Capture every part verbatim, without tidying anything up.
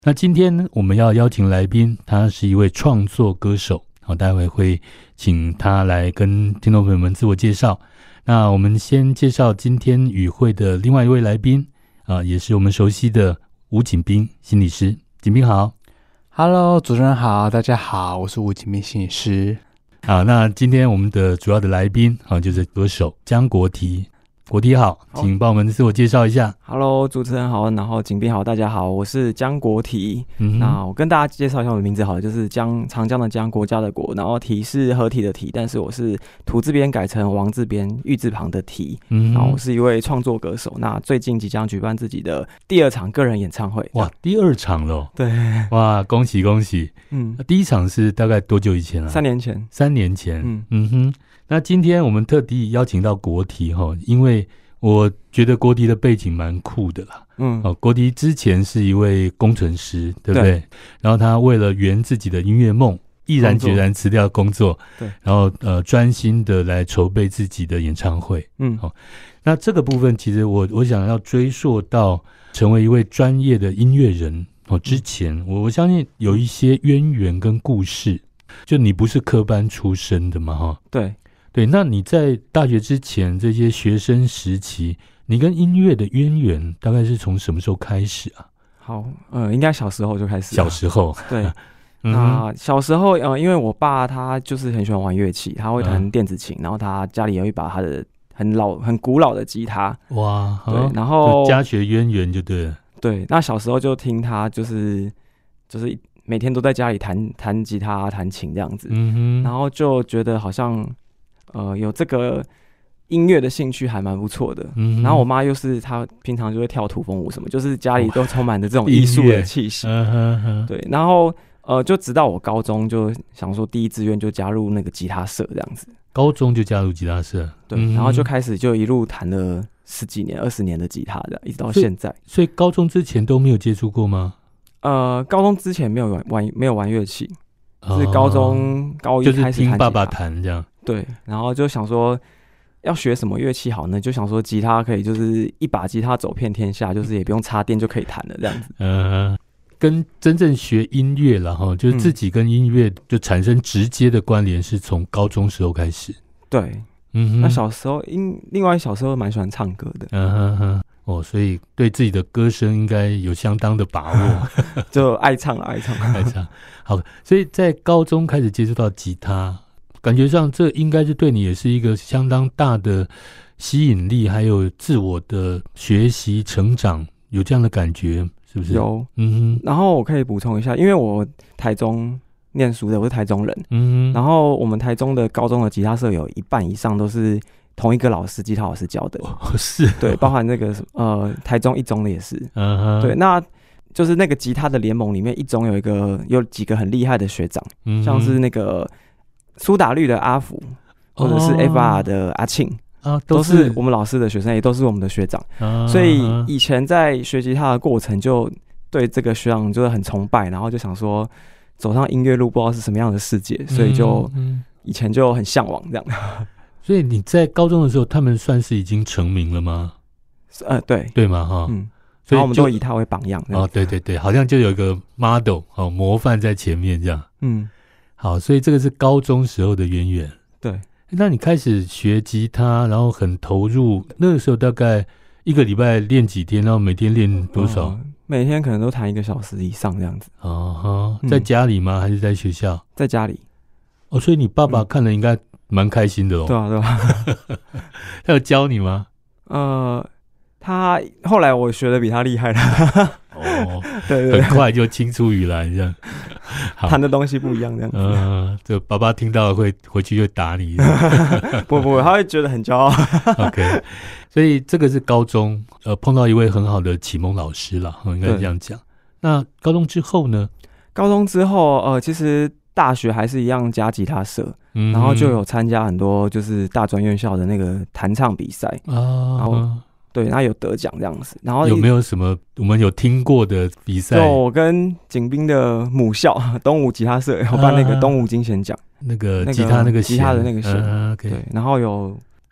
那今天我们要邀请来宾，他是一位创作歌手，好，待会会请他来跟听众朋友们自我介绍。那我们先介绍今天与会的另外一位来宾，啊，也是我们熟悉的吴景彬心理师。景彬好。 Hello， 主持人好，大家好，我是吴景彬心理师。 好，那今天我们的主要的来宾啊，就是歌手江国提。国提好，请帮我们自我介绍一下。 Hello， 主持人好，然后景彬好，大家好，我是江国提。嗯，那我跟大家介绍一下我的名字好了，就是江长江的江，国家的国，然后提是合体的体，但是我是土字边改成王字边玉字旁的提。嗯，然后我是一位创作歌手，那最近即将举办自己的第二场个人演唱会。 哇，第二场了。 对， 哇，恭喜恭喜。嗯，第一场是大概多久以前啊？ 三年前。 三年前。嗯嗯哼。那今天我们特地邀请到国提齁，因为我觉得国提的背景蛮酷的啦。嗯，哦，国提之前是一位工程师，对不对？对。然后他为了圆自己的音乐梦，毅然决然辞掉工作，对，然后呃专心的来筹备自己的演唱会。嗯，好、哦，那这个部分其实我我想要追溯到成为一位专业的音乐人哦之前，嗯、我我相信有一些渊源跟故事。就你不是科班出身的嘛，哈？ 对。 对，那你在大学之前这些学生时期，你跟音乐的渊源大概是从什么时候开始啊？ 好，呃，应该小时候就开始。 小时候， 对，嗯、那小时候，呃，因为我爸他就是很喜欢玩乐器，他会弹电子琴，嗯、然后他家里有一把他的很老、很古老的吉他。 哇， 对，哦、然后家学渊源就对了。 对，那小时候就听他就是就是每天都在家里弹弹吉他、弹琴这样子，嗯哼，然后就觉得好像。呃，有这个音乐的兴趣还蛮不错的。嗯，然后我妈又是她平常就会跳土风舞什么，就是家里都充满着这种艺术的气息。嗯哼哼。对，然后呃，就直到我高中就想说第一志愿就加入那个吉他社这样子。 高中就加入吉他社。 对，嗯、然后就开始就一路弹了十几年、二十年的吉他的，一直到现在。 所以，所以高中之前都没有接触过吗？ 呃，高中之前没有玩玩没有玩乐器，是高中、哦、高一开始弹吉他， 就是听爸爸弹这样。 对，然后就想说要学什么乐器好呢？就想说吉他可以，就是一把吉他走遍天下，就是也不用插电就可以弹了这样子。 呃，跟真正学音乐了哈，就是自己跟音乐就产生直接的关联，是从高中时候开始。 对，嗯，那小时候因另外小时候蛮喜欢唱歌的， 嗯哼哼，哦，所以对自己的歌声应该有相当的把握， 就爱唱爱唱爱唱。好，所以在高中开始接触到吉他。感觉上这应该是对你也是一个相当大的吸引力，还有自我的学习成长，有这样的感觉是不是？ 有，嗯哼。然后我可以补充一下，因为我台中念书的，我是台中人，嗯哼。然后我们台中的高中的吉他社有一半以上都是同一个老师，吉他老师教的， 哦、是、哦， 对，包含那个呃台中一中的也是，嗯哼。对，那就是那个吉他的联盟里面，一中有一个有几个很厉害的学长，嗯、像是那个。苏打绿的阿福，或者是 F R 的阿庆、啊、都是我们老师的学生，也都是我们的学长、啊、所以以前在学吉他的过程就对这个学长就是很崇拜，然后就想说走上音乐路不知道是什么样的世界，所以就以前就很向往这样。 所以你在高中的时候他们算是已经成名了吗？ 呃，对对嘛哈， 嗯，所以我们都以他为榜样。 哦，对对对，好像就有一个 model 哦模范在前面这样，嗯。好，所以这个是高中时候的渊源。 对， 那你开始学吉他，然后很投入，那个时候大概一个礼拜练几天，然后每天练多少？呃、 每天可能都弹一个小时以上这样子。 哦，在家里吗？嗯、还是在学校？ 在家里。 哦，所以你爸爸看了应该蛮开心的哦。 嗯、对啊，对啊。 他有教你吗？ 呃，他后来我学的比他厉害了。 哦，对 对, 對，很快就青出于蓝这样。 弹的东西不一样这样子。 嗯、呃，这爸爸听到了会回去就打你。 不不，他会觉得很骄傲。 OK， 所以这个是高中呃碰到一位很好的启蒙老师啦，应该这样讲。那高中之后呢？ 高中之后呃，其实大学还是一样加吉他社，嗯、然后就有参加很多就是大专院校的那个弹唱比赛啊，然后。对，然后有得奖这样子，然后有没有什么我们有听过的比赛？ 就我跟景彬的母校东吴吉他社有办那个东吴金弦奖、 啊，那个吉他那个吉他的那个弦、 啊 okay ，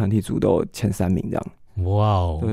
对，然后有个人组跟团体组都有前三名这样。 哇哦， 对对对。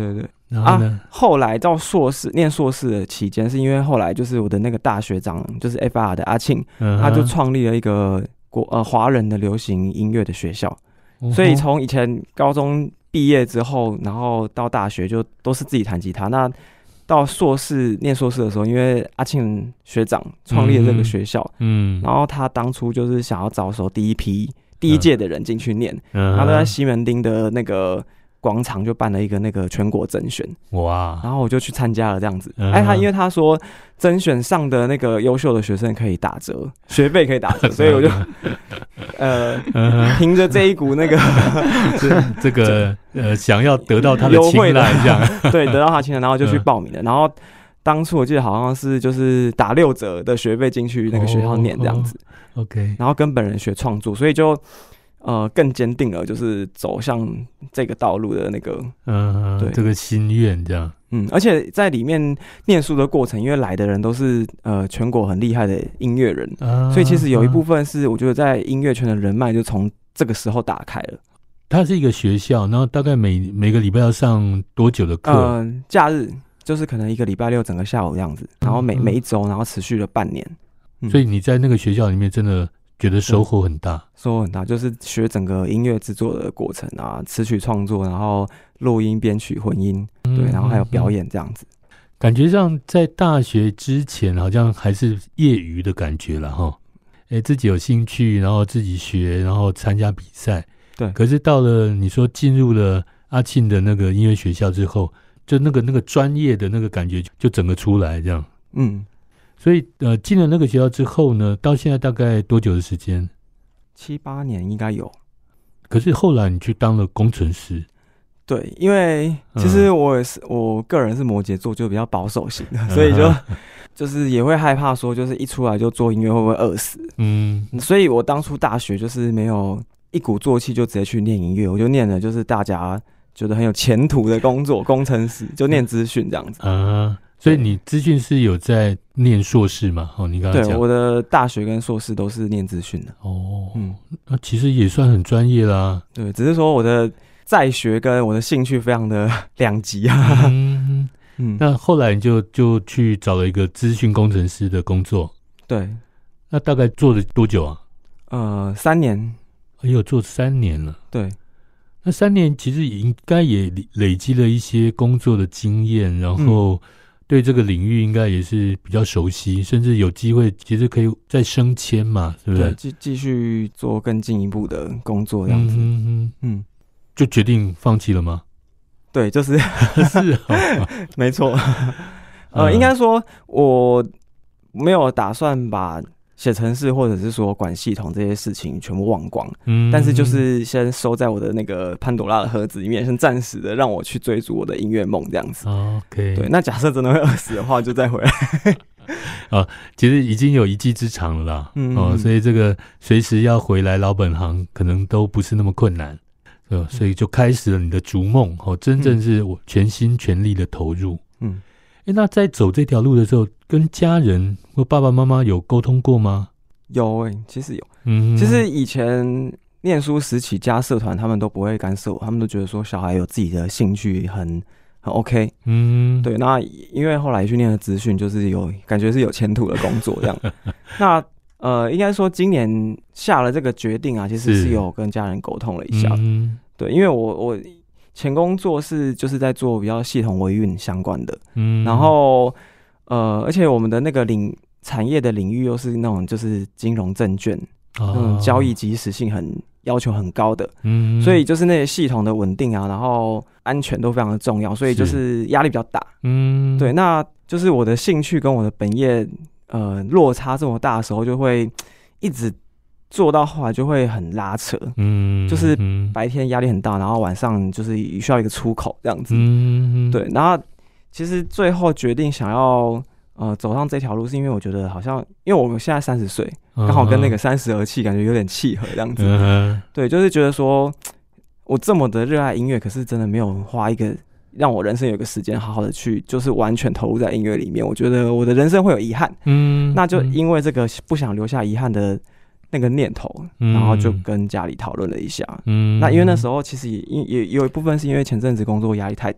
然后呢、 啊？后来到硕士念硕士的期间，是因为后来就是我的那个大学长，就是 F R 的阿庆，嗯、他就创立了一个国呃华人的流行音乐的学校，嗯、所以从以前高中毕业之后，然后到大学就都是自己弹吉他。那到硕士念硕士的时候，因为阿庆学长创立了这个学校，嗯，然后他当初就是想要招收第一批第一届的人进去念，嗯、然后在西门町的那个广场就办了一个那个全国甄选，哇！然后我就去参加了这样子。嗯、哎，他因为他说甄选上的那个优秀的学生可以打折，学费可以打折，所以我就呃凭着这一股那个这这个呃想要得到他的青睐，这样对，得到他青睐，然后就去报名了。然后当初我记得好像是就是打六折的学费进去那个学校念这样子。 哦、OK， 然后跟本人学创作，所以就。呃，更坚定了，就是走向这个道路的那个， 嗯，对，这个心愿这样， 嗯，而且在里面念书的过程，因为来的人都是呃全国很厉害的音乐人，啊、所以其实有一部分是我觉得在音乐圈的人脉就从这个时候打开了。 它是一个学校，然后大概每每个礼拜要上多久的课？ 呃，假日就是可能一个礼拜六整个下午这样子，然后每、嗯、每一周，然后持续了半年。 嗯、所以你在那个学校里面真的。觉得收获很大， 收获很大，就是学整个音乐制作的过程啊，词曲创作，然后录音、编曲、混音，嗯、对，然后还有表演这样子。 感觉上在大学之前好像还是业余的感觉了哈，哎，自己有兴趣，然后自己学，然后参加比赛， 对。 可是到了你说进入了阿庆的那个音乐学校之后，就那个那个专业的那个感觉就整个出来这样，嗯。所以，呃，进了那个学校之后呢，到现在大概多久的时间？ 七八年应该有。 可是后来你去当了工程师。 对，因为其实我也是，嗯、我个人是摩羯座，就比较保守型的，所以就就是也会害怕说，就是一出来就做音乐会不会饿死？嗯，所以我当初大学就是没有一鼓作气就直接去念音乐，我就念了就是大家觉得很有前途的工作，工程师，就念资讯这样子。 啊。所以你资讯是有在念硕士吗？哦，你刚刚讲， 对，我的大学跟硕士都是念资讯的。 哦，嗯，那其实也算很专业啦。 对，只是说我的在学跟我的兴趣非常的两极啊。 嗯嗯。那后来你就就去找了一个资讯工程师的工作。 对。 那大概做了多久啊？ 呃，三年。 哎呦，做三年了。 对。 那三年其实应该也累积了一些工作的经验，然后。嗯对这个领域应该也是比较熟悉，甚至有机会其实可以再升迁嘛，是不是？ 继继续做更进一步的工作这样子。嗯嗯嗯，就决定放弃了吗？ 对，就是是、哦， 没错。呃，嗯、应该说我没有打算把写程式或者是说管系统这些事情全部忘光，嗯，但是就是先收在我的那个潘朵拉的盒子里面，先暂时的让我去追逐我的音乐梦这样子。 OK， 对，那假设真的会饿死的话，就再回来。 啊，其实已经有一技之长了啦，嗯、哦，所以这个随时要回来老本行，可能都不是那么困难，呃，所以就开始了你的逐梦，哦，真正是我全心全力的投入，嗯。欸、那在走这条路的时候，跟家人或爸爸妈妈有沟通过吗？ 有诶、欸，其实有。嗯，其实以前念书时期加社团，他们都不会干涉我，他们都觉得说小孩有自己的兴趣很很 OK。嗯，对。那因为后来去念的资讯，就是有感觉是有前途的工作这样。那呃，应该说今年下了这个决定啊，其实是有跟家人沟通了一下。嗯，对，因为我我。前工作是就是在做比较系统维运相关的，嗯，然后呃，而且我们的那个领产业的领域又是那种就是金融证券，哦、那种交易即时性很要求很高的，嗯，所以就是那些系统的稳定啊，然后安全都非常的重要，所以就是压力比较大，嗯，对，那就是我的兴趣跟我的本业呃落差这么大的时候，就会一直。做到后来就会很拉扯，嗯，就是白天压力很大，然后晚上就是需要一个出口这样子，嗯，对。然后其实最后决定想要呃走上这条路，是因为我觉得好像，因为我们现在三十岁，刚好跟那个三十而契感觉有点契合这样子，嗯，对，就是觉得说我这么的热爱音乐，可是真的没有花一个让我人生有一个时间好好的去，就是完全投入在音乐里面，我觉得我的人生会有遗憾，嗯，那就因为这个不想留下遗憾的。那个念头，然后就跟家里讨论了一下。嗯，那因为那时候其实也也也有一部分是因为前阵子工作压力太大，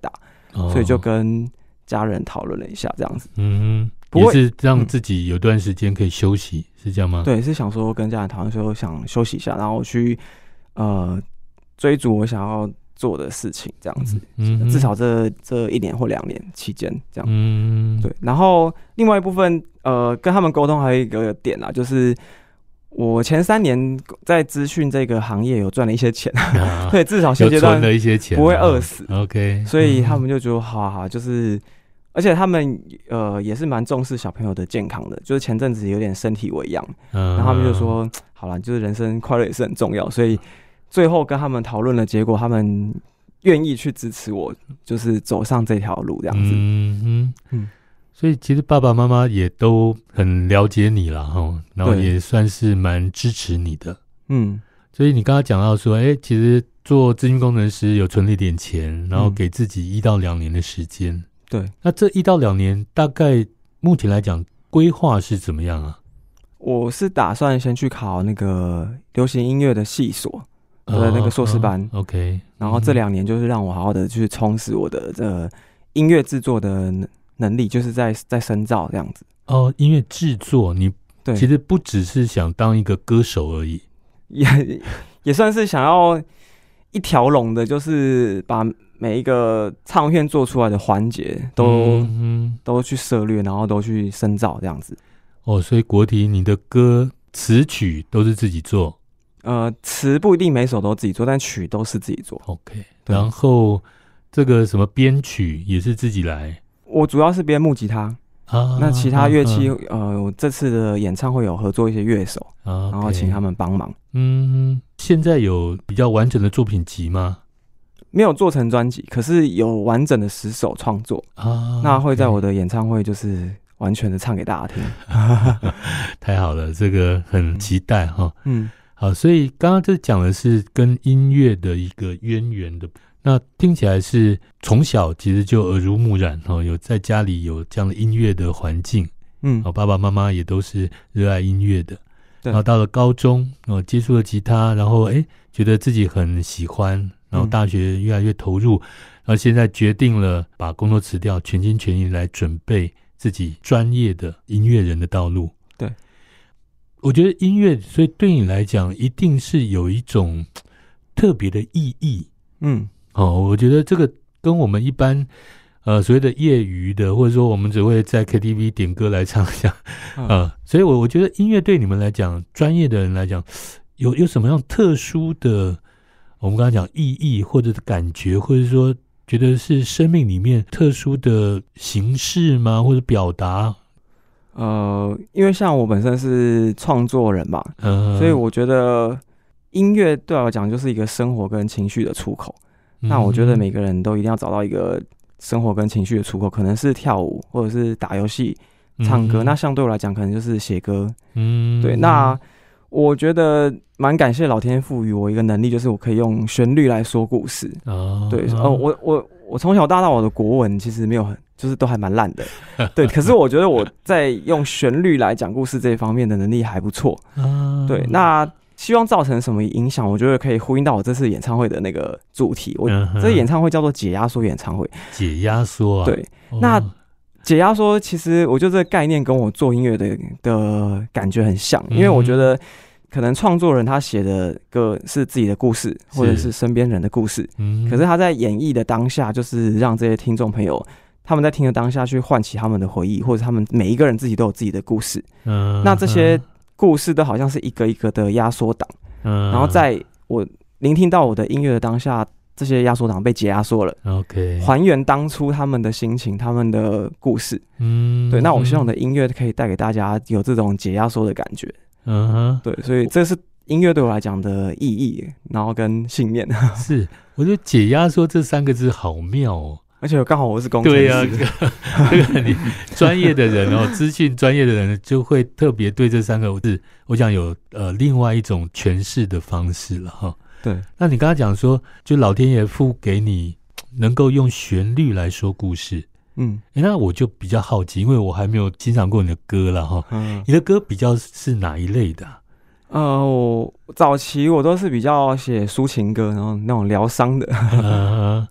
哦、所以就跟家人讨论了一下，这样子。 嗯，也是让自己有段时间可以休息，嗯、是这样吗？ 对，是想说跟家人讨论说想休息一下，然后去呃追逐我想要做的事情，这样子。嗯，至少这这一年或两年期间，这样。嗯，对。然后另外一部分，呃，跟他们沟通还有一个点啊，就是我前三年在资讯这个行业有赚了一些钱，啊、对，至少现阶段了一些钱， 不会饿死。 OK， 所以他们就觉得好好，就是而且他们呃也是蛮重视小朋友的健康的，就是前阵子有点身体为恙，嗯、然后他们就说好啦，就是人生快乐也是很重要，所以。最后跟他们讨论的结果，他们愿意去支持我，就是走上这条路这样子。嗯嗯嗯，所以其实爸爸妈妈也都很了解你啦齁，然后也算是蛮支持你的。嗯，所以你刚刚讲到说，哎、欸，其实做资讯工程师有存了一点钱，然后给自己一到两年的时间。嗯、 对， 那这一到两年大概目前来讲规划是怎么样啊？ 我是打算先去考那个流行音乐的系所。的那个硕士班、 oh, OK， 然后这两年就是让我好好的去充实我的这个音乐制作的能力，就是在在深造这样子。 哦，音乐制作，你对，其实不只是想当一个歌手而已， 也也算是想要一条龙的，就是把每一个唱片做出来的环节都、嗯、都去涉略，然后都去深造这样子。 哦，所以国题你的歌词曲都是自己做。 呃，词不一定每首都自己做，但曲都是自己做。 OK， 然后这个什么编曲也是自己来。 我主要是编木吉他啊，那其他乐器、啊、呃，我这次的演唱会有合作一些乐手，啊、然后请他们帮忙。 嗯，现在有比较完整的作品集吗？ 没有做成专辑，可是有完整的十首创作啊。那会在我的演唱会就是完全的唱给大家听。 太好了，这个很期待哈。嗯。好，所以刚刚这讲的是跟音乐的一个渊源的，那听起来是从小其实就耳濡目染哦，有在家里有这样的音乐的环境，嗯，爸爸妈妈也都是热爱音乐的，然后到了高中哦，接触了吉他，然后哎觉得自己很喜欢，然后大学越来越投入，然后现在决定了把工作辞掉，全心全意来准备自己专业的音乐人的道路。我觉得音乐，所以对你来讲，一定是有一种特别的意义。嗯，哦，我觉得这个跟我们一般呃所谓的业余的，或者说我们只会在 K T V 点歌来唱一下啊、呃，所以我我觉得音乐对你们来讲，专业的人来讲，有有什么样特殊的，我们刚才讲意义或者感觉，或者说觉得是生命里面特殊的形式吗？或者表达？ 呃，因为像我本身是创作人嘛，嗯、所以我觉得音乐对我来讲就是一个生活跟情绪的出口。嗯、那我觉得每个人都一定要找到一个生活跟情绪的出口，可能是跳舞，或者是打游戏、唱歌。嗯、那相对我来讲，可能就是写歌。嗯，对。那我觉得蛮感谢老天赋予我一个能力，就是我可以用旋律来说故事。哦，对，呃，我我我从小到大我的国文其实没有很。就是都还蛮烂的，对。可是我觉得我在用旋律来讲故事这一方面的能力还不错，对。那希望造成什么影响？我觉得可以呼应到我这次演唱会的那个主题。我这个演唱会叫做解压缩演唱会， 解压缩啊。 对，那解压缩其实我觉得这个概念跟我做音乐的的感觉很像，因为我觉得可能创作人他写的歌是自己的故事，或者是身边人的故事，可是他在演绎的当下，就是让这些听众朋友。他们在听的当下去唤起他们的回忆，或者他们每一个人自己都有自己的故事。嗯，那这些故事都好像是一个一个的压缩档。嗯，然后在我聆听到我的音乐的当下，这些压缩档被解压缩了。OK， 还原当初他们的心情，他们的故事。嗯，对。那我希望我的音乐可以带给大家有这种解压缩的感觉。嗯哼，对，所以这是音乐对我来讲的意义，然后跟信念。 是，我觉得解压缩这三个字好妙哦。 而且刚好我是工程师， 对啊，这个你专业的人哦，资讯专业的人就会特别对这三个字，我想有呃另外一种诠释的方式了哈。 对， 那你刚才讲说，就老天爷赋给你能够用旋律来说故事，嗯，欸、那我就比较好奇，因为我还没有欣赏过你的歌了哈。嗯，你的歌比较是哪一类的、啊？ 呃，我早期我都是比较写抒情歌，然后那种疗伤的。嗯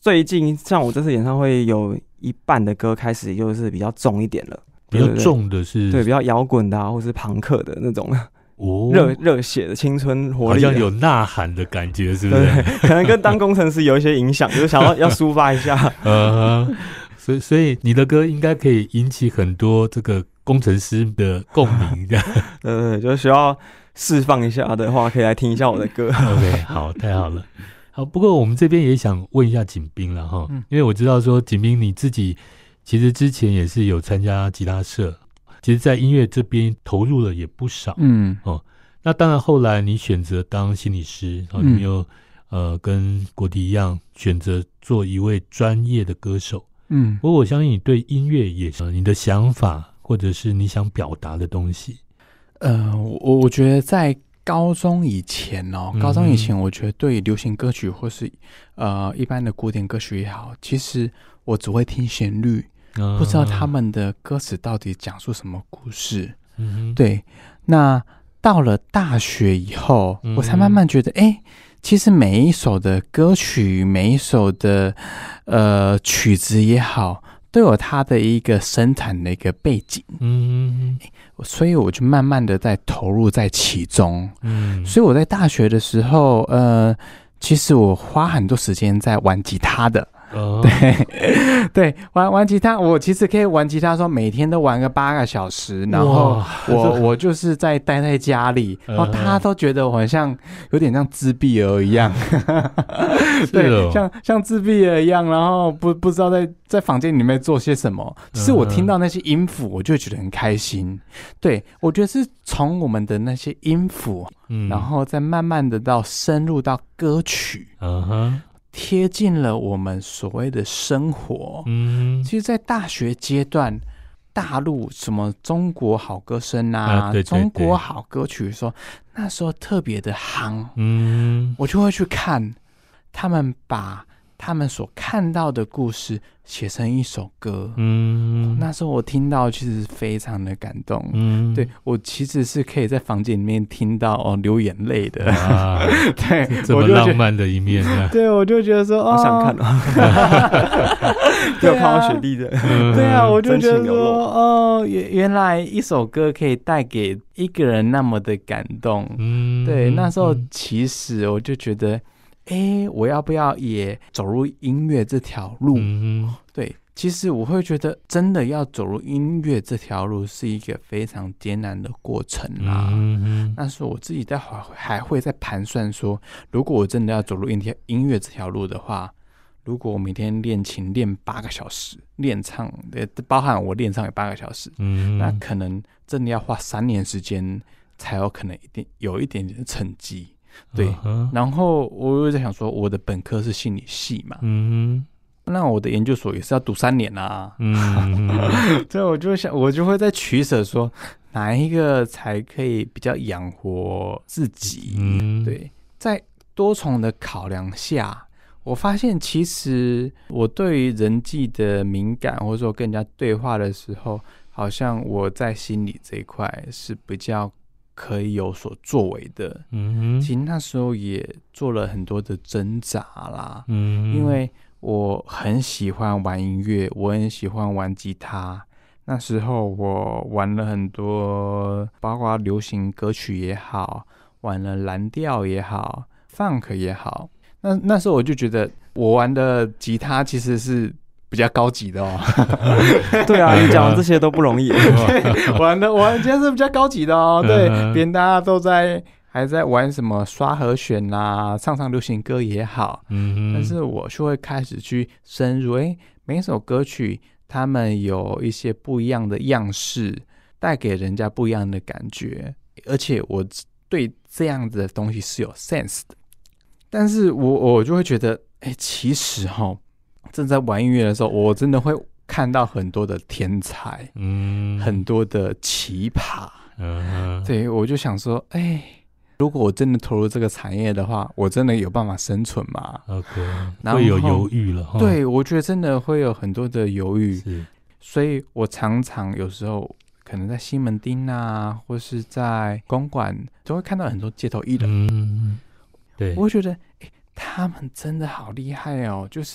最近像我这次演唱会有一半的歌开始就是比较重一点了， 比较重的是对比较摇滚的啊，或是朋克的那种热热血的青春活力的， 好像有呐喊的感觉，是不是？ 对，可能跟当工程师有一些影响，就是想要要抒发一下。 呃，所以所以你的歌应该可以引起很多这个工程师的共鸣，这样。 对对，就需要释放一下的话，可以来听一下我的歌。 OK， 好，太好了。好，不过我们这边也想问一下锦彬了哈，因为我知道说锦彬你自己其实之前也是有参加吉他社。其实在音乐这边投入了也不少， 嗯哦，那当然后来你选择当心理师，然后你又、嗯、呃跟国迪一样选择做一位专业的歌手， 嗯， 不过我相信你对音乐也是你的想法或者是你想表达的东西。 呃，我我觉得在高中以前哦，高中以前我觉得对流行歌曲或是呃一般的古典歌曲也好，其实我只会听旋律。不知道他们的歌词到底讲述什么故事、嗯、对，那到了大学以后、嗯、我才慢慢觉得哎，其实每一首的歌曲每一首的呃曲子也好都有它的一个生产的一个背景，嗯，所以我就慢慢的在投入在其中，嗯，所以我在大学的时候呃其实我花很多时间在玩吉他的，Oh. 对对，玩玩吉他，我其实可以玩吉他，说每天都玩个八个小时，然后我我就是在待在家里，然后大家都觉得我好像有点像自闭儿一样，对，哦、像像自闭儿一样，然后不不知道在在房间里面做些什么。其实我听到那些音符，我就觉得很开心。对，我觉得是从我们的那些音符，嗯、然后再慢慢的到深入到歌曲，嗯哼。贴近了我们所谓的生活，嗯，其实，在大学阶段，大陆什么中国好歌声啊，啊对对对中国好歌曲说，那时候特别的夯，嗯，我就会去看他们把他们所看到的故事写成一首歌，嗯，那时候我听到其实非常的感动，嗯，对，我其实是可以在房间里面听到哦流眼泪的，啊、对， 这么浪漫的一面呢， 对，我就觉得说，哦、 好想看哦，没有看到雪莉的， 对啊，我就觉得说，哦，原原来一首歌可以带给一个人那么的感动，嗯，对，那时候其实我就觉得。哎，我要不要也走入音乐这条路？嗯，对，其实我会觉得，真的要走入音乐这条路是一个非常艰难的过程啦。嗯，但是我自己在还会在盘算说，如果我真的要走入音音乐这条路的话，如果我每天练琴练八个小时，练唱，包含我练唱有八个小时，嗯，那可能真的要花三年时间，才有可能一点有一点点的成绩。对， uh-huh. 然后我又在想说，我的本科是心理系嘛，嗯，那我的研究所也是要读三年啊，嗯，所以我就想，我就会在取舍说，哪一个才可以比较养活自己？嗯，对，在多重的考量下，我发现其实我对于人际的敏感，或者说跟人家对话的时候，好像我在心理这一块是比较。可以有所作为的，嗯，其实那时候也做了很多的挣扎啦，嗯，因为我很喜欢玩音乐，我很喜欢玩吉他，那时候我玩了很多，包括流行歌曲也好，玩了蓝调也好 ，funk 也好，那那时候我就觉得我玩的吉他其实是。比较高级的哦， 对啊，你讲的这些都不容易。 玩的玩今天是比较高级的哦，对，别人大家都在还在玩什么刷和弦啦，唱唱流行歌也好，嗯，但是我就会开始去深入，哎，每一首歌曲他们有一些不一样的样式，带给人家不一样的感觉，而且我对这样子的东西是有 sense 的，但是我我就会觉得，哎，其实哈。正在玩音乐的时候，我真的会看到很多的天才，嗯，很多的奇葩，嗯，对，我就想说，哎，如果我真的投入这个产业的话，我真的有办法生存吗 ？OK， 会有犹豫了， 对，我觉得真的会有很多的犹豫，是，所以我常常有时候可能在西门町啊，或是在公馆，都会看到很多街头艺人，嗯，对，我会觉得，哎，他们真的好厉害哦，就是。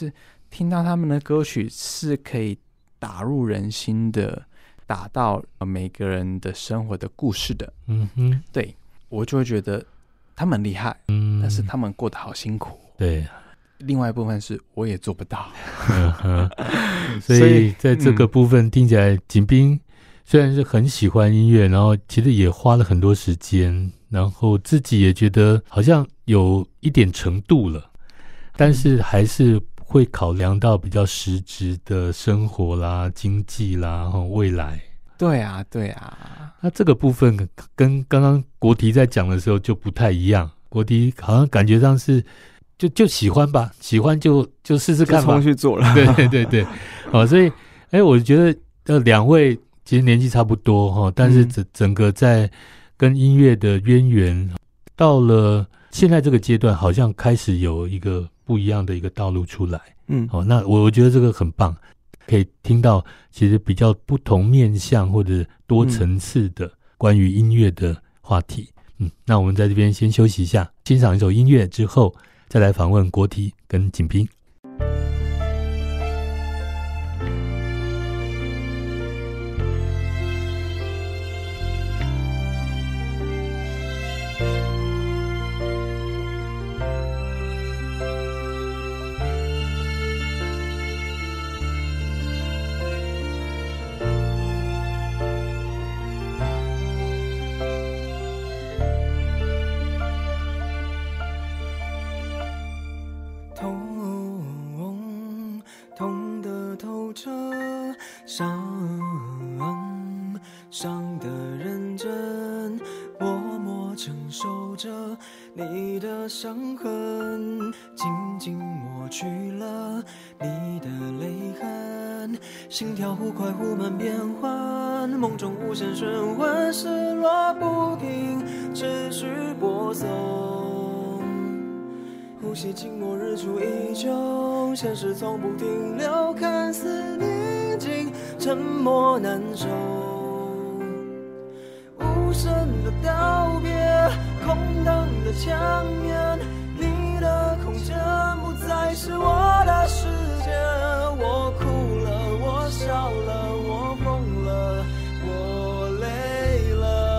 听到他们的歌曲是可以打入人心的，打到每个人的生活的故事的。嗯哼，对，我就会觉得他们厉害，嗯，但是他们过得好辛苦。 对， 另外一部分是我也做不到。 所以在这个部分听起来，景斌虽然是很喜欢音乐，然后其实也花了很多时间，然后自己也觉得好像有一点程度了，但是还是会考量到比较实质的生活啦、经济啦、未来。 对啊，对啊。 那这个部分跟刚刚国题在讲的时候就不太一样，国题好像感觉上是就就喜欢吧，喜欢就就试试看吧， 就冲去做了。 对对对对，哦，所以哎，我觉得呃两位其实年纪差不多哈，但是整整个在跟音乐的渊源，到了现在这个阶段，好像开始有一个不一样的一个道路出来。嗯，好，那我我觉得这个很棒，可以听到其实比较不同面向或者多层次的关于音乐的话题。嗯，那我们在这边先休息一下，欣赏一首音乐之后，再来访问国题跟景斌。 伤的认真，默默承受着你的伤痕，紧紧抹去了你的泪痕，心跳忽快忽慢变换，梦中无限循环，失落不停，持续播送，呼吸静默，日出依旧，现实从不停留，看似宁静，沉默难受，无声的道别，空荡的墙面，你的空间不再是我的世界，我哭了，我笑了，我疯了，我累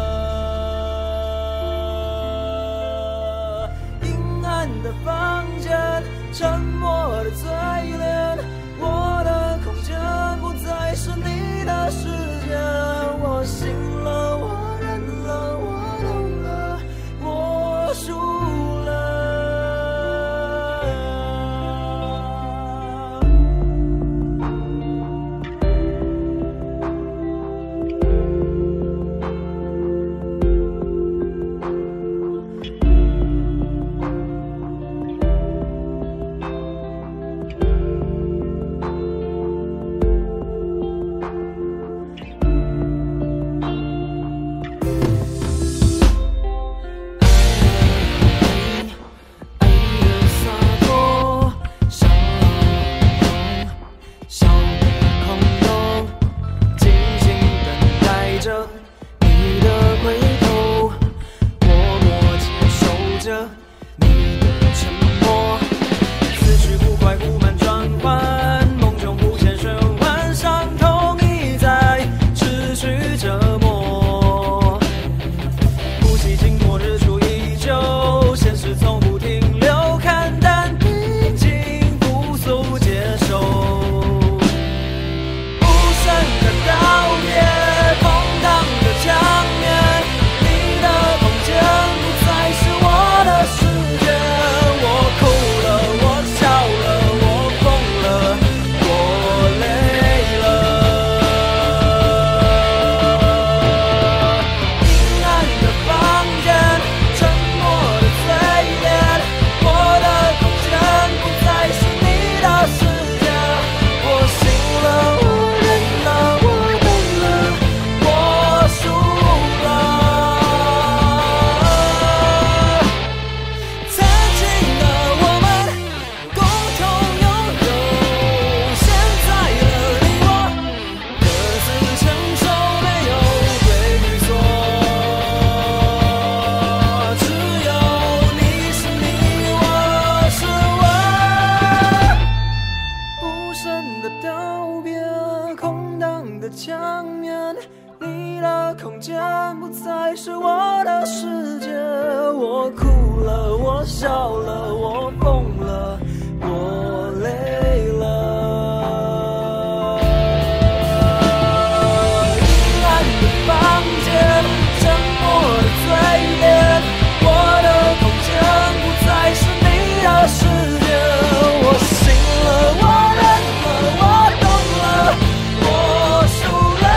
了，阴暗的房间，沉默的嘴脸，我的空间不再是你的世界，我醒了，我输了。 不再是我的世界，我哭了，我笑了，我疯了，我累了。阴暗的房间，沉默的嘴脸，我的空间不再是你的世界。我醒了，我认了，我懂了，我输了。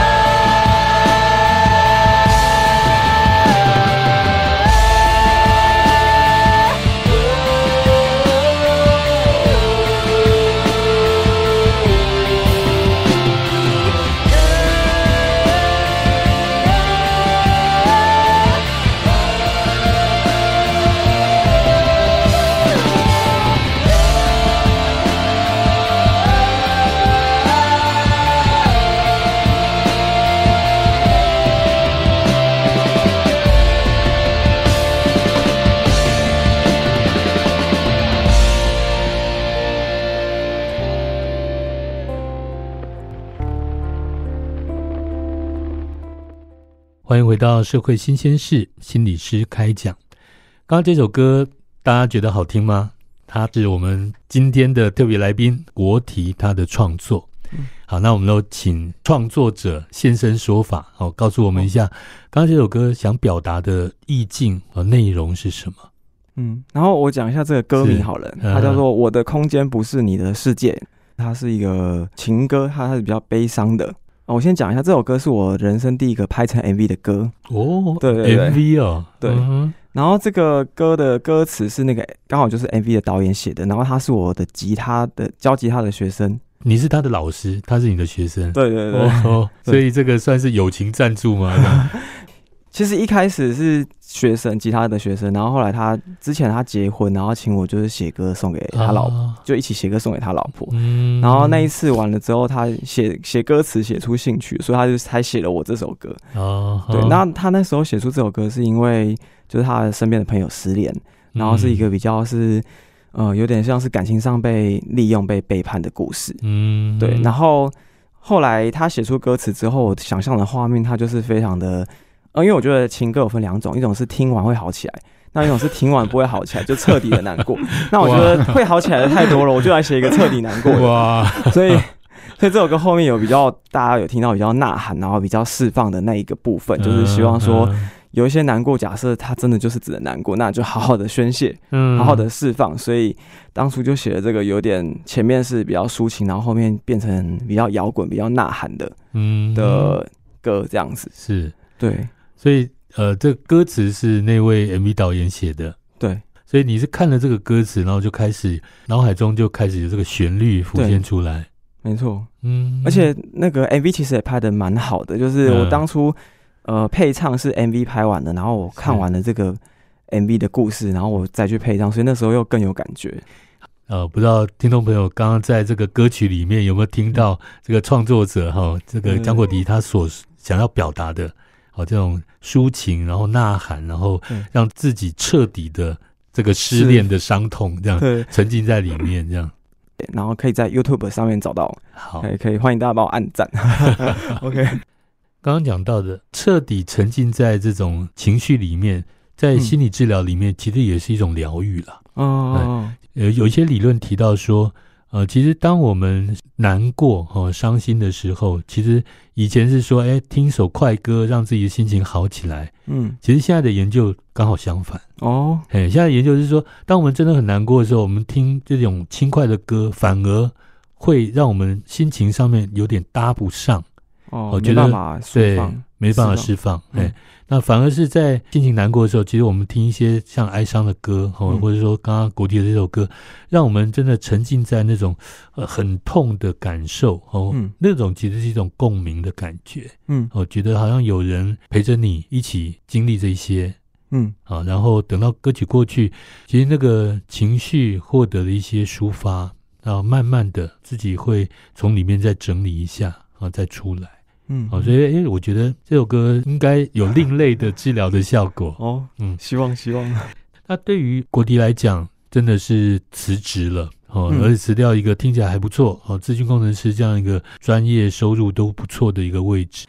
欢迎回到社会新鲜事，心理师开讲。刚刚这首歌大家觉得好听吗？它是我们今天的特别来宾国题他的创作。嗯、好，那我们都请创作者现身说法，好，告诉我们一下刚刚这首歌想表达的意境和内容是什么。 嗯，然后我讲一下这个歌名好了，它叫做《我的空间不是你的世界》，它是一个情歌，它是比较悲伤的。我先讲一下，这首歌是我人生第一个拍成 M V 的歌哦， 对对对 ，M V 哦， 对。嗯、然后这个歌的歌词是那个刚好就是 M V 的导演写的，然后他是我的吉他的教吉他的学生， 你是他的老师，他是你的学生， 对对对， 哦，所以这个算是友情赞助吗？ 其实一开始是学生，吉他的学生，然后后来他之前他结婚，然后请我就是写歌送给他老婆，啊、就一起写歌送给他老婆。嗯，然后那一次完了之后，他写写歌词写出兴趣，所以他就才写了我这首歌。哦，对，那他那时候写出这首歌是因为就是他身边的朋友失联，然后是一个比较是呃有点像是感情上被利用、被背叛的故事。嗯，对，然后后来他写出歌词之后，我想象的画面，他就是非常的。呃，因为我觉得情歌有分两种，一种是听完会好起来，那一种是听完不会好起来，就彻底的难过。那我觉得会好起来的太多了，我就来写一个彻底难过的。哇！所以，所以这首歌后面有比较大家有听到比较呐喊，然后比较释放的那一个部分，就是希望说有一些难过，假设它真的就是只能难过，那就好好的宣泄，嗯，好好的释放。所以当初就写了这个有点前面是比较抒情，然后后面变成比较摇滚、比较呐喊的，嗯的歌这样子。 是， 对。 所以，呃，这个歌词是那位 M V 导演写的， 对。 所以你是看了这个歌词，然后就开始脑海中就开始有这个旋律浮现出来， 没错，嗯。而且那个 M V 其实也拍得蛮好的，就是我当初、嗯、呃配唱是 M V 拍完的，然后我看完了这个 M V 的故事，然后我再去配唱，所以那时候又更有感觉。 呃，不知道听众朋友刚刚在这个歌曲里面有没有听到这个创作者哈，这个江国迪他所想要表达的。好，这种抒情，然后呐喊，然后让自己彻底的这个失恋的伤痛，这样沉浸在里面，这样， 然后可以在 YouTube 上面找到。好，可以可以欢迎大家帮我按赞。OK， 刚刚讲到的彻底沉浸在这种情绪里面，在心理治疗里面，其实也是一种疗愈了。哦，呃，有一些理论提到说。呃，其实当我们难过哦、伤心的时候，其实以前是说，哎，听首快歌让自己的心情好起来。嗯，其实现在的研究刚好相反哦。哎，现在的研究是说，当我们真的很难过的时候，我们听这种轻快的歌，反而会让我们心情上面有点搭不上。 哦，我觉得没办法释放， 对，没办法释放。哎、嗯，那反而是在心情难过的时候，其实我们听一些像哀伤的歌，哦，嗯、或者说刚刚国题的这首歌，让我们真的沉浸在那种呃很痛的感受，哦，嗯、那种其实是一种共鸣的感觉。嗯，我觉得好像有人陪着你一起经历这些。嗯，啊，然后等到歌曲过去，其实那个情绪获得了一些抒发，然后慢慢的自己会从里面再整理一下，然后再出来。嗯，好、哦，所以诶，我觉得这首歌应该有另类的治疗的效果哦。嗯，希望希望。 那对于国迪来讲，真的是辞职了哦，嗯、而且辞掉一个听起来还不错哦，资讯工程师这样一个专业收入都不错的一个位置。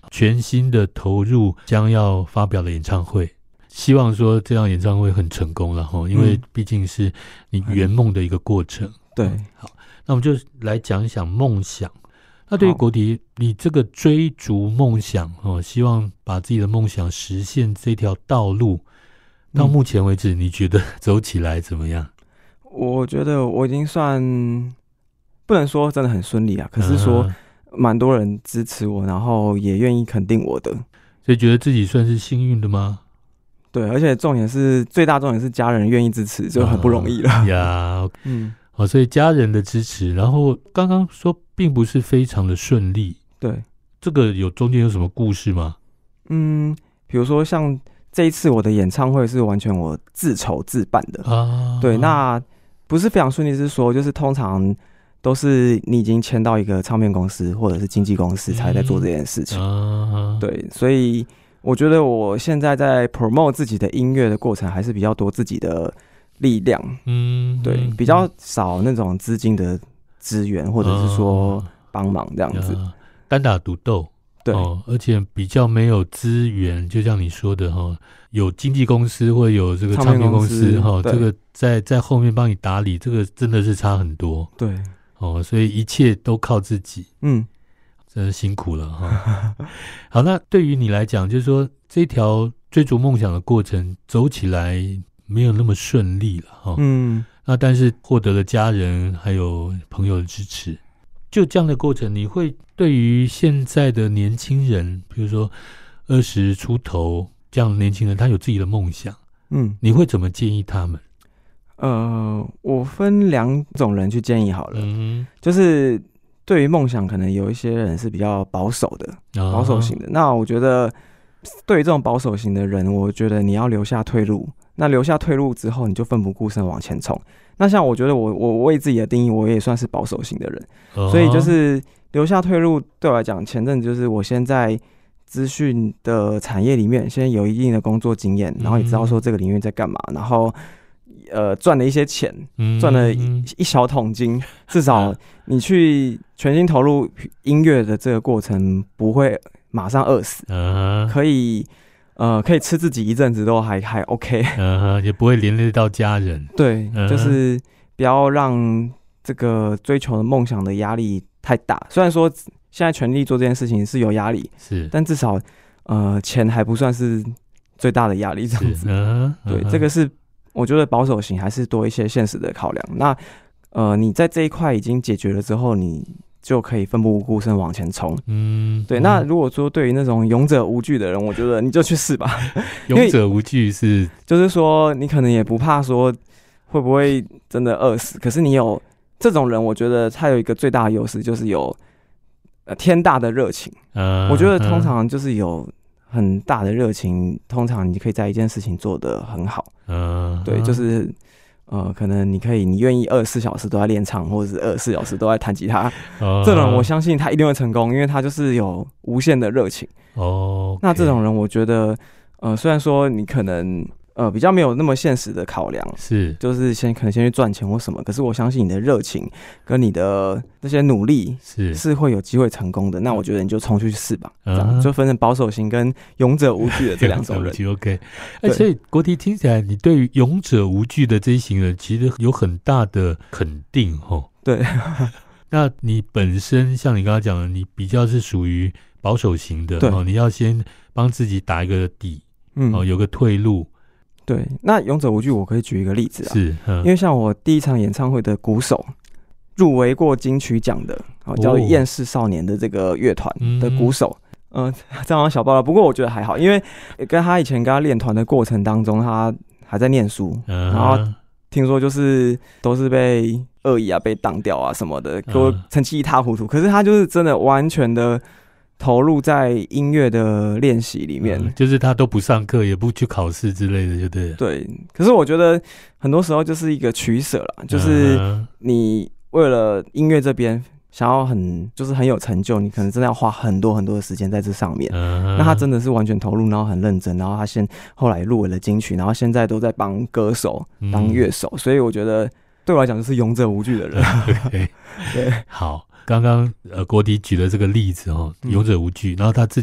全新的投入将要发表的演唱会，希望说这场演唱会很成功了哈，因为毕竟是你圆梦的一个过程。嗯、 对， 好，那我们就来讲一讲梦想。那对于国迪，你这个追逐梦想哦，希望把自己的梦想实现这条道路，到目前为止，你觉得走起来怎么样？ 我觉得我已经算不能说真的很顺利啊，可是说蛮多人支持我，然后也愿意肯定我的， 所以觉得自己算是幸运的吗？ 对，而且重点是最大重点是家人愿意支持，就很不容易了、 啊、呀。嗯。哦，所以家人的支持，然后刚刚说并不是非常的顺利， 对， 这个有中间有什么故事吗？ 嗯，比如说像这一次我的演唱会是完全我自筹自办的啊，对，那不是非常顺利，是说就是通常都是你已经签到一个唱片公司或者是经纪公司才在做这件事情，嗯啊、对，所以我觉得我现在在 promote 自己的音乐的过程还是比较多自己的力量，嗯，对，比较少那种资金的资源或者是说帮忙这样子， 啊、单打独斗， 对、 哦，而且比较没有资源，就像你说的哈、哦，有经纪公司或有这个唱片公司哈、哦，这个在在后面帮你打理，这个真的是差很多， 对， 哦，所以一切都靠自己， 嗯， 真的辛苦了哈、哦。好，那对于你来讲，就是说这条追逐梦想的过程走起来没有那么顺利了哈，嗯，那但是获得了家人还有朋友的支持，就这样的过程，你会对于现在的年轻人，比如说二十出头这样的年轻人，他有自己的梦想，嗯，你会怎么建议他们？ 呃，我分两种人去建议好了，嗯，就是对于梦想，可能有一些人是比较保守的，哦、保守型的。那我觉得，对于这种保守型的人，我觉得你要留下退路。那留下退路之后，你就奋不顾身往前冲。那像我觉得我我为自己的定义，我也算是保守型的人，哦、所以就是留下退路对我来讲，前阵子就是我先在资讯的产业里面先有一定的工作经验，然后也知道说这个领域在干嘛，然后呃赚了一些钱，赚了一一小桶金，至少你去全心投入音乐的这个过程不会马上饿死，嗯、可以。呃，可以吃自己一阵子都还还 OK， 嗯，也不会连累到家人。 对，嗯、就是不要让这个追求的梦想的压力太大。虽然说现在全力做这件事情是有压力， 是， 但至少呃钱还不算是最大的压力，这样子。嗯、对，嗯、这个是我觉得保守型还是多一些现实的考量。那呃，你在这一块已经解决了之后，你就可以奋不顾身往前冲。嗯，对。那如果说对于那种勇者无惧的人，我觉得你就去试吧。 勇者无惧是， 就是说你可能也不怕说会不会真的饿死，可是你有这种人，我觉得他有一个最大的优势，就是有呃天大的热情。嗯，我觉得通常就是有很大的热情，通常你可以在一件事情做得很好。嗯，对，就是。呃，可能你可以，你愿意二十四小时都在练唱，或者是二十四小时都在弹吉他，哦、这种人我相信他一定会成功，因为他就是有无限的热情。哦， okay、那这种人，我觉得，呃，虽然说你可能呃比较没有那么现实的考量， 是， 就是先可能先去赚钱或什么，可是我相信你的热情跟你的那些努力是是会有机会成功的。那我觉得你就冲去试吧，嗯、这样就分成保守型跟勇者无惧的这两种人。 OK， 哎、欸，所以国迪听起来，你对于勇者无惧的这一型人，其实有很大的肯定哦。 对， 那你本身像你刚刚讲的，你比较是属于保守型的哦，你要先帮自己打一个底，嗯，哦，有个退路。 对，那勇者无惧，我可以举一个例子啊， 是， 因为像我第一场演唱会的鼓手，入围过金曲奖的，哦，叫做厌世少年的这个乐团的鼓手，嗯、呃，这样小爆料，不过我觉得还好，因为跟他以前跟他练团的过程当中，他还在念书，嗯、然后听说就是都是被恶意啊、被当掉啊什么的，给我成绩一塌糊涂。可是他就是真的完全的投入在音乐的练习里面、嗯， 就是他都不上课，也不去考试之类的，就对了。 对，可是我觉得很多时候就是一个取舍啦，就是你为了音乐这边想要很就是很有成就，你可能真的要花很多很多的时间在这上面。嗯、那他真的是完全投入，然后很认真，然后他先后来入围了金曲，然后现在都在帮歌手当乐手，嗯、所以我觉得对我来讲就是勇者无惧的人。 对，对，好。刚刚呃，国迪举了这个例子哦，勇者无惧，然后他自己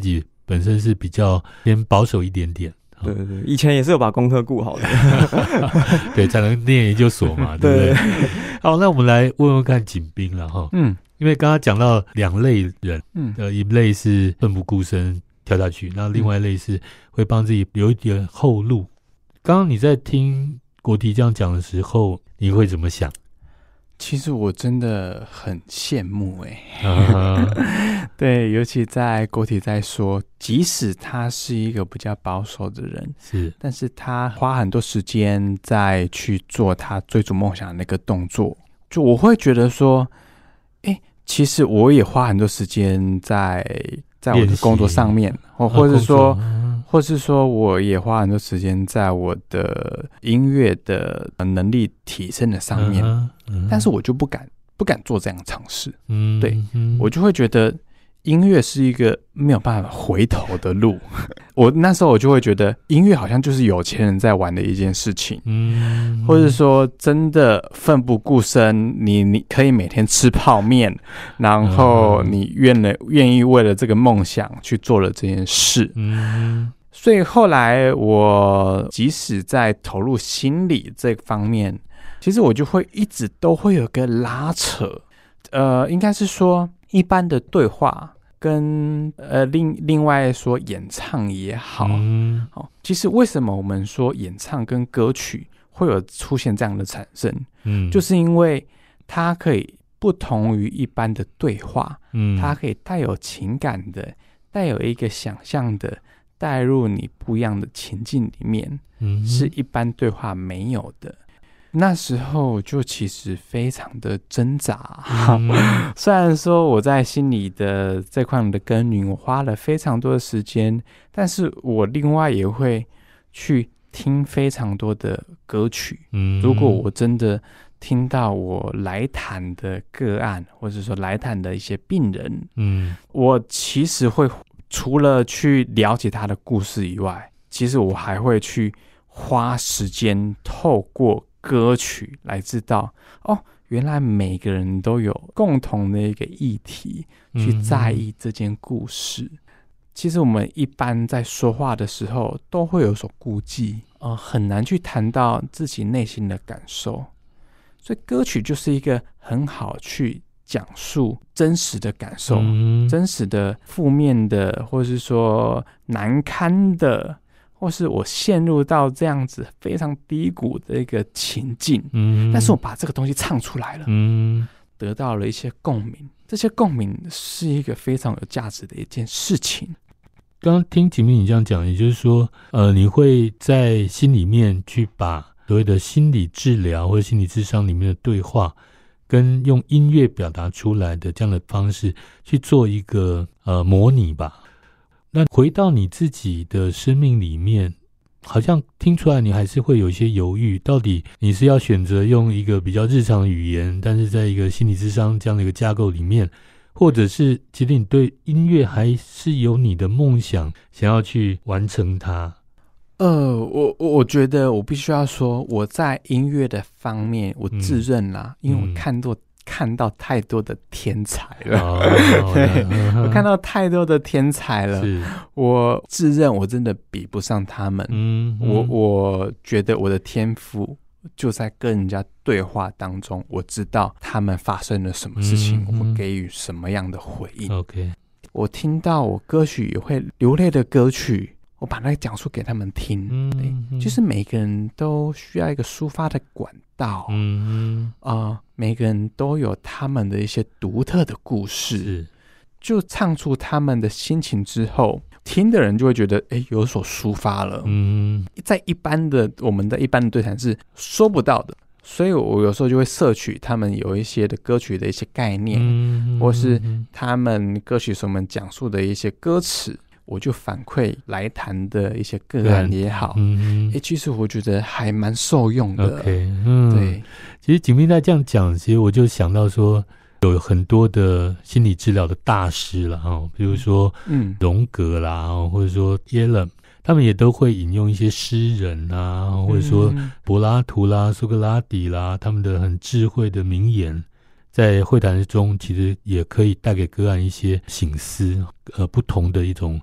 本身是比较偏保守一点点。 对对对，以前也是有把功课顾好的， 对，才能念研究所嘛，对不对？对好，那我们来问问看景彬了哈，嗯，因为刚刚讲到两类人，嗯，呃，一类是奋不顾身跳下去，那另外一类是会帮自己留一点后路。刚刚你在听国题这样讲的时候，你会怎么想？ 其实我真的很羡慕哎、欸，uh-huh. 对，尤其在国题在说，即使他是一个比较保守的人， 是， 但是他花很多时间在去做他追逐梦想的那个动作，就我会觉得说，哎、欸，其实我也花很多时间在在我的工作上面，或或者说。或是说我也花很多时间在我的音乐的能力提升的上面，嗯嗯、但是我就不敢不敢做这样的尝试，嗯，对，嗯、我就会觉得音乐是一个没有办法回头的路。我那时候我就会觉得音乐好像就是有钱人在玩的一件事情，嗯，或者说真的奋不顾身，你你可以每天吃泡面，然后你愿了愿意为了这个梦想去做了这件事，嗯。所以后来我即使在投入心理这方面，其实我就会一直都会有个拉扯，呃，应该是说一般的对话跟呃另另外说演唱也好，嗯，哦，其实为什么我们说演唱跟歌曲会有出现这样的产生，嗯，就是因为它可以不同于一般的对话，嗯，它可以带有情感的，带有一个想象的。带入你不一样的情境里面，嗯，是一般对话没有的。那时候就其实非常的挣扎，嗯、虽然说我在心里的这块的耕耘，我花了非常多的时间，但是我另外也会去听非常多的歌曲。嗯，如果我真的听到我来谈的个案，或者说来谈的一些病人，嗯，我其实会。除了去了解他的故事以外，其实我还会去花时间透过歌曲来知道，哦，原来每个人都有共同的一个议题去在意这件故事。嗯，其实我们一般在说话的时候都会有所顾忌，呃，很难去谈到自己内心的感受，所以歌曲就是一个很好去讲述真实的感受，嗯，真实的负面的，或是说难堪的，或是我陷入到这样子非常低谷的一个情境，嗯，但是我把这个东西唱出来了，嗯，得到了一些共鸣，这些共鸣是一个非常有价值的一件事情。 刚刚听景彬你这样讲，也就是说，呃，你会在心里面去把所谓的心理治疗或者心理諮商里面的对话跟用音乐表达出来的这样的方式去做一个呃模拟吧。那回到你自己的生命里面，好像听出来你还是会有一些犹豫，到底你是要选择用一个比较日常的语言，但是在一个心理諮商这样的一个架构里面，或者是其实你对音乐还是有你的梦想想要去完成它。 呃，我我觉得我必须要说，我在音乐的方面，我自认啦，嗯、因为我看到、嗯、看到太多的天才了，哦、对、嗯，我看到太多的天才了，我自认我真的比不上他们。嗯，嗯我我觉得我的天赋就在跟人家对话当中，我知道他们发生了什么事情，嗯嗯、我给予什么样的回应。 OK， 我听到我歌曲也会流泪的歌曲。我把那个讲述给他们听，嗯嗯，就是每个人都需要一个抒发的管道，嗯啊、呃，每个人都有他们的一些独特的故事，就唱出他们的心情之后，听的人就会觉得，哎，有所抒发了。嗯，在一般的我们的一般的对谈是说不到的，所以我有时候就会摄取他们有一些的歌曲的一些概念，嗯、或是他们歌曲所们讲述的一些歌词。我就反馈来谈的一些个案也好，嗯，欸、其实我觉得还蛮受用的。 OK， 嗯，对。其实景彬在这样讲，其实我就想到说，有很多的心理治疗的大师了哈，比如说嗯荣格啦，或者说耶伦，他们也都会引用一些诗人啊，或者说柏拉图啦、苏格拉底啦，他们的很智慧的名言。在会谈中其实也可以带给个案一些省思，呃，不同的一种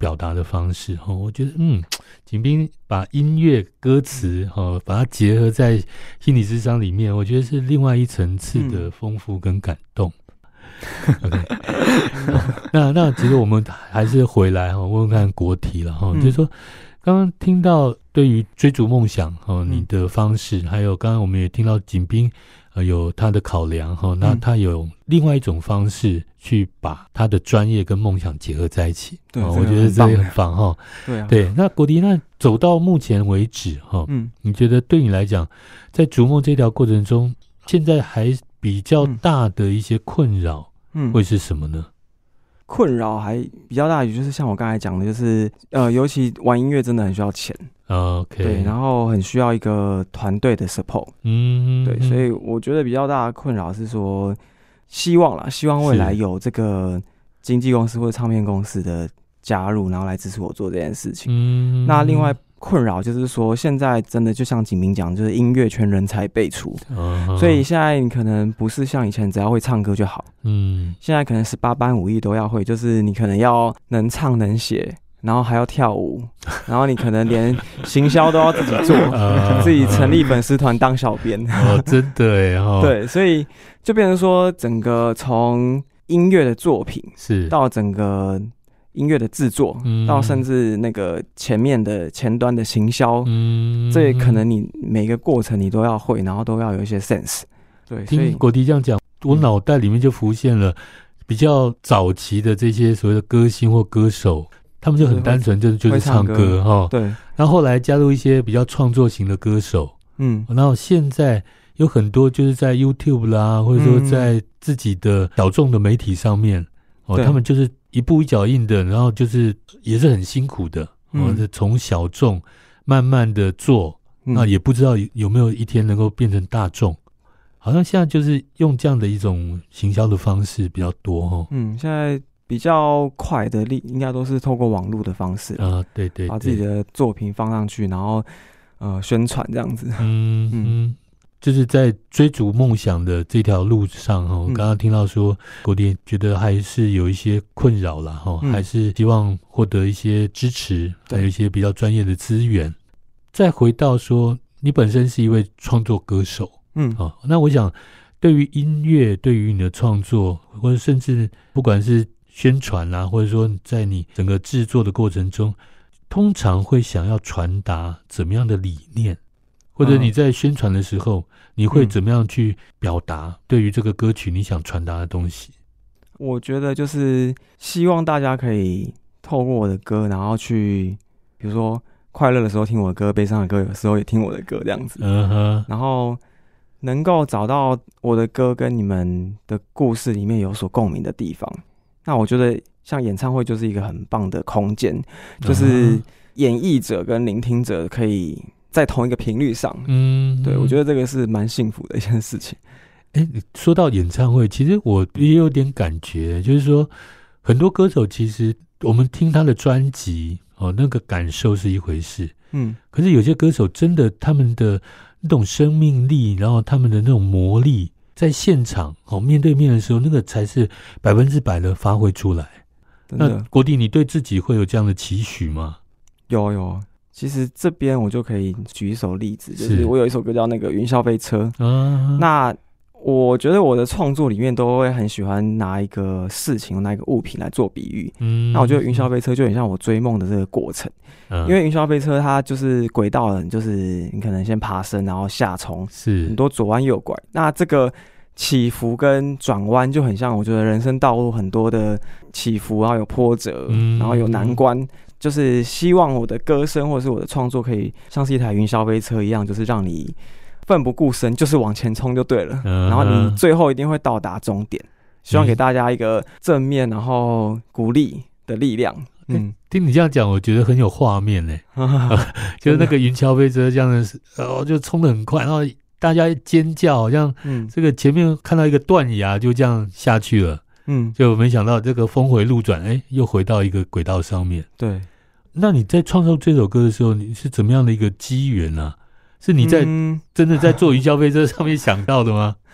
表达的方式哈，我觉得嗯，景斌把音乐歌词哈，把它结合在心理咨商里面，我觉得是另外一层次的丰富跟感动。嗯、OK， 那那其实我们还是回来哈，问问看国题了哈，嗯、就是说刚刚听到对于追逐梦想哈，你的方式，嗯、还有刚刚我们也听到景斌。呃，有他的考量哈，那他有另外一种方式去把他的专业跟梦想结合在一起。 对， 哦、我觉得这也很棒哈。 对啊， 对。那国迪，那走到目前为止哈，嗯，你觉得对你来讲，在逐梦这条过程中，现在还比较大的一些困扰，嗯，会是什么呢？ 困扰还比较大，就是像我刚才讲的，就是呃，尤其玩音乐真的很需要钱。 OK， 对，然后很需要一个团队的 support， 嗯，对，所以我觉得比较大的困扰是说，希望啦，希望未来有这个经纪公司或者唱片公司的加入，然后来支持我做这件事情。嗯，那另外困扰就是说，现在真的就像景明讲，就是音乐圈人才辈出，嗯，所以现在你可能不是像以前只要会唱歌就好，嗯，现在可能十八般武艺都要会，就是你可能要能唱能写。然后还要跳舞，然后你可能连行销都要自己做，呃、自己成立粉丝团当小编。 哦，真的耶！哦， 对，所以就变成说，整个从音乐的作品是到整个音乐的制作，嗯、到甚至那个前面的前端的行销，嗯，这可能你每个过程你都要会，然后都要有一些 sense。对，所以听国迪这样讲，我脑袋里面就浮现了比较早期的这些所谓的歌星或歌手。他们就很单纯，就是就是唱歌哈。对。然后后来加入一些比较创作型的歌手，嗯。然后现在有很多就是在 YouTube 啦，或者说在自己的小众的媒体上面，哦，他们就是一步一脚印的，然后就是也是很辛苦的，哦，是从小众慢慢的做，那也不知道有没有一天能够变成大众。好像现在就是用这样的一种行销的方式比较多哈。 嗯，现在。比较快的力应该都是透过网络的方式啊、 呃，对 对, 对， 把自己的作品放上去，然后呃宣传这样子。 嗯嗯，就是在追逐梦想的这条路上哈，刚刚听到说国迪觉得还是有一些困扰啦哈，嗯、还是希望获得一些支持，还有一些比较专业的资源。再回到说，你本身是一位创作歌手，嗯，好、哦，那我想对于音乐，对于你的创作，或者甚至不管是宣传啊，或者说在你整个制作的过程中，通常会想要传达怎么样的理念，或者你在宣传的时候，嗯、你会怎么样去表达对于这个歌曲你想传达的东西？ 我觉得就是希望大家可以透过我的歌，然后去，比如说快乐的时候听我的歌，悲伤的歌有时候也听我的歌这样子，嗯哼，然后能够找到我的歌跟你们的故事里面有所共鸣的地方。那我觉得像演唱会就是一个很棒的空间，就是演绎者跟聆听者可以在同一个频率上。嗯，对，我觉得这个是蛮幸福的一件事情。 哎，说到演唱会，其实我也有点感觉，就是说很多歌手其实我们听他的专辑哦，那个感受是一回事，嗯，可是有些歌手真的他们的那种生命力，然后他们的那种魔力。在现场哦，面对面的时候，那个才是百分之百的发挥出来。那国迪，你对自己会有这样的期许吗？ 有有，其实这边我就可以举一首例子，就是我有一首歌叫那个《云霄飞车》啊。那我觉得我的创作里面都会很喜欢拿一个事情、拿一个物品来做比喻。嗯，那我觉得云霄飞车就很像我追梦的这个过程。嗯，因为云霄飞车它就是轨道人，就是你可能先爬升，然后下冲，是很多左弯右拐。那这个起伏跟转弯就很像，我觉得人生道路很多的起伏，然后有波折，嗯、然后有难关。就是希望我的歌声或者是我的创作可以像是一台云霄飞车一样，就是让你奋不顾身，就是往前冲就对了。嗯、然后你最后一定会到达终点。希望给大家一个正面，然后鼓励的力量。 嗯，听你这样讲，我觉得很有画面嘞、欸，就是那个云霄飞车这样的，呃，就冲得很快，然后大家尖叫，好像这个前面看到一个断崖，就这样下去了。嗯，就没想到这个峰回路转，哎，又回到一个轨道上面。对，那你在创作这首歌的时候，你是怎么样的一个机缘啊？是你在、嗯、真的在坐云霄飞车上面想到的吗？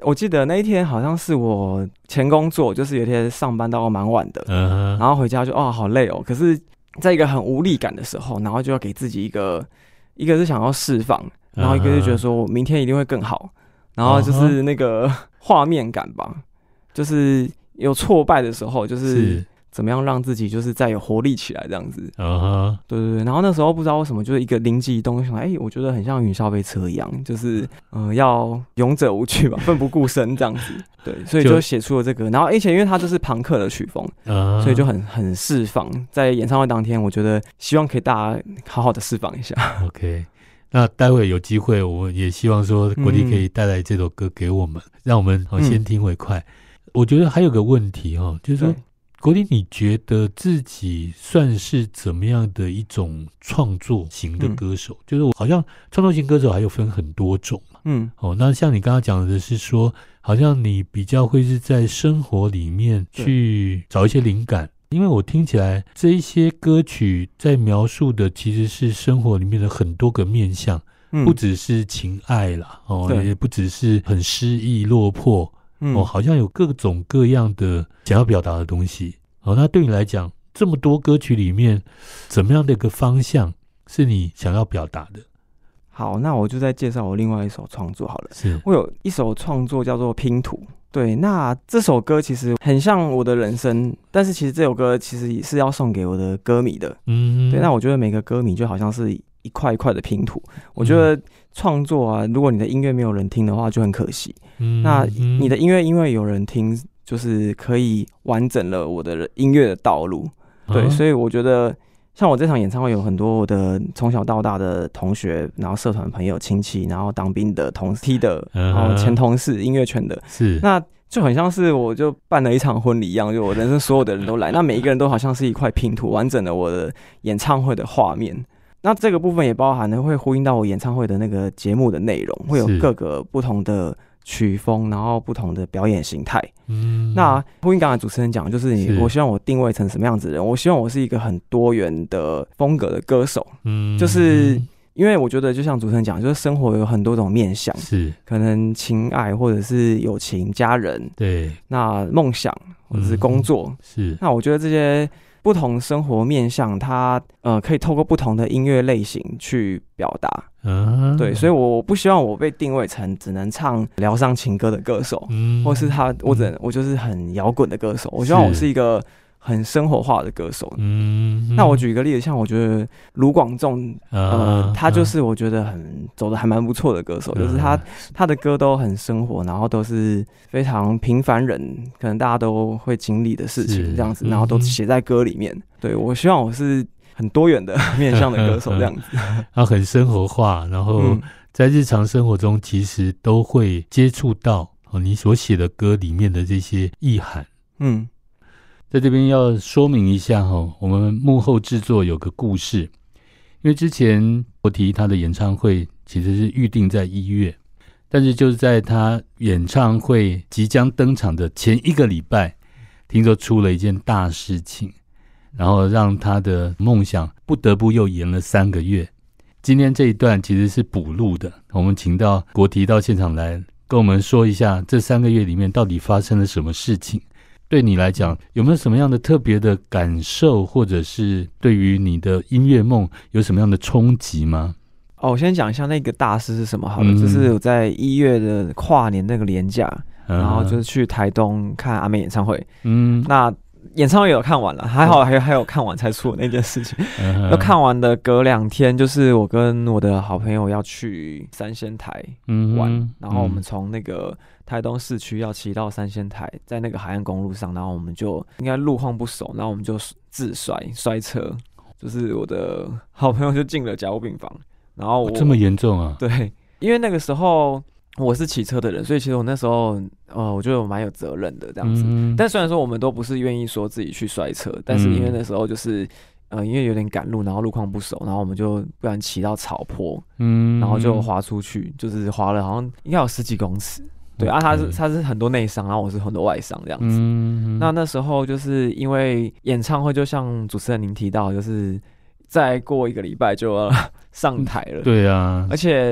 我记得那一天好像是我前工作，就是有一天上班到蛮晚的，嗯、然后回家就哦好累哦，可是在一个很无力感的时候，然后就要给自己一个，一个是想要释放，然后一个就觉得说我明天一定会更好，然后就是那个画面感吧，就是有挫败的时候，就是怎么样让自己就是再有活力起来这样子。Uh-huh. 对对对，然后那时候不知道为什么就是一个灵机一动，想哎、欸，我觉得很像云霄飞车一样，就是呃要勇者无惧吧，奋不顾身这样子。对，所以就写出了这个。然后而且因为它就是朋克的曲风， uh-huh. 所以就很很释放。在演唱会当天，我觉得希望可以大家好好的释放一下。 OK。那待会有机会，我也希望说国迪可以带来这首歌给我们，嗯、让我们先听为快。嗯、我觉得还有个问题哈，就是说国迪，你觉得自己算是怎么样的一种创作型的歌手？嗯、就是好像创作型歌手还有分很多种嘛。嗯，哦，那像你刚刚讲的是说，好像你比较会是在生活里面去找一些灵感。因为我听起来这一些歌曲在描述的其实是生活里面的很多个面向，嗯、不只是情爱啦，哦，也不只是很失意落魄，嗯、哦，好像有各种各样的想要表达的东西。哦，那对你来讲，这么多歌曲里面，怎么样的一个方向是你想要表达的？ 好，那我就再介绍我另外一首创作好了。 是， 我有一首创作叫做《拼图》。对，那这首歌其实很像我的人生，但是其实这首歌其实也是要送给我的歌迷的。嗯，对，那我觉得每个歌迷就好像是一块一块的拼图。我觉得创作啊，如果你的音乐没有人听的话，就很可惜。嗯，那你的音乐因为有人听，就是可以完整了我的音乐的道路。对，所以我觉得。像我这场演唱会有很多我的从小到大的同学，然后社团朋友、亲戚，然后当兵的、同梯的，然后前同事、音乐圈的， 是那就很像是我就办了一场婚礼一样，就我人生所有的人都来，那每一个人都好像是一块拼图，完整的我的演唱会的画面。那这个部分也包含了会呼应到我演唱会的那个节目的内容，会有各个不同的曲风，然后不同的表演形态。嗯，那呼应刚才主持人讲，就是你，我希望我定位成什么样子的人？我希望我是一个很多元的风格的歌手。嗯，就是因为我觉得，就像主持人讲，就是生活有很多种面向， 是可能情爱或者是友情、家人， 对， 那梦想或者是工作， 嗯、是。 那我觉得这些不同生活面向，它呃可以透过不同的音乐类型去表达。嗯，对，所以我不希望我被定位成只能唱疗伤情歌的歌手，嗯、或是他我只能我就是很摇滚的歌手。我希望我是一个很生活化的歌手。嗯，那我举一个例子，像我觉得卢广仲，呃，他就是我觉得很走的还蛮不错的歌手，就是他他的歌都很生活，然后都是非常平凡人可能大家都会经历的事情这样子，然后都写在歌里面。对，我希望我是很多元的面向的歌手这样子， 他很生活化，然后在日常生活中其实都会接触到你所写的歌里面的这些意涵。嗯，在这边要说明一下哈，我们幕后制作有个故事，因为之前国迪他的演唱会其实是预定在一月，但是就是在他演唱会即将登场的前一个礼拜，听说出了一件大事情。然后让他的梦想不得不又延了三个月。今天这一段其实是补录的，我们请到国迪到现场来跟我们说一下这三个月里面到底发生了什么事情。对你来讲有没有什么样的特别的感受，或者是对于你的音乐梦有什么样的冲击吗？ 哦，我先讲一下那个大事是什么好了，嗯、就是我在一月的跨年那个连假，嗯、然后就是去台东看阿妹演唱会。嗯，那演唱会有看完了，还好还有还有看完才出的那件事情。那、uh-huh. 看完的隔两天，就是我跟我的好朋友要去三仙台玩，嗯、然后我们从那个台东市区要骑到三仙台，在那个海岸公路上，然后我们就应该路况不熟，然后我们就自摔摔车，就是我的好朋友就进了加护病房，然后我、 哦、这么严重啊？ 对，因为那个时候我是骑车的人，所以其实我那时候呃，我觉得我蛮有责任的这样子。嗯、但虽然说我们都不是愿意说自己去摔车，但是因为那时候就是呃，因为有点赶路，然后路况不熟，然后我们就不然骑到草坡，嗯，然后就滑出去，就是滑了好像应该有十几公尺。对啊，他是他是很多内伤，然后我是很多外伤这样子。嗯、那那时候就是因为演唱会，就像主持人您提到，就是再过一个礼拜就要上台了。 对啊， 而且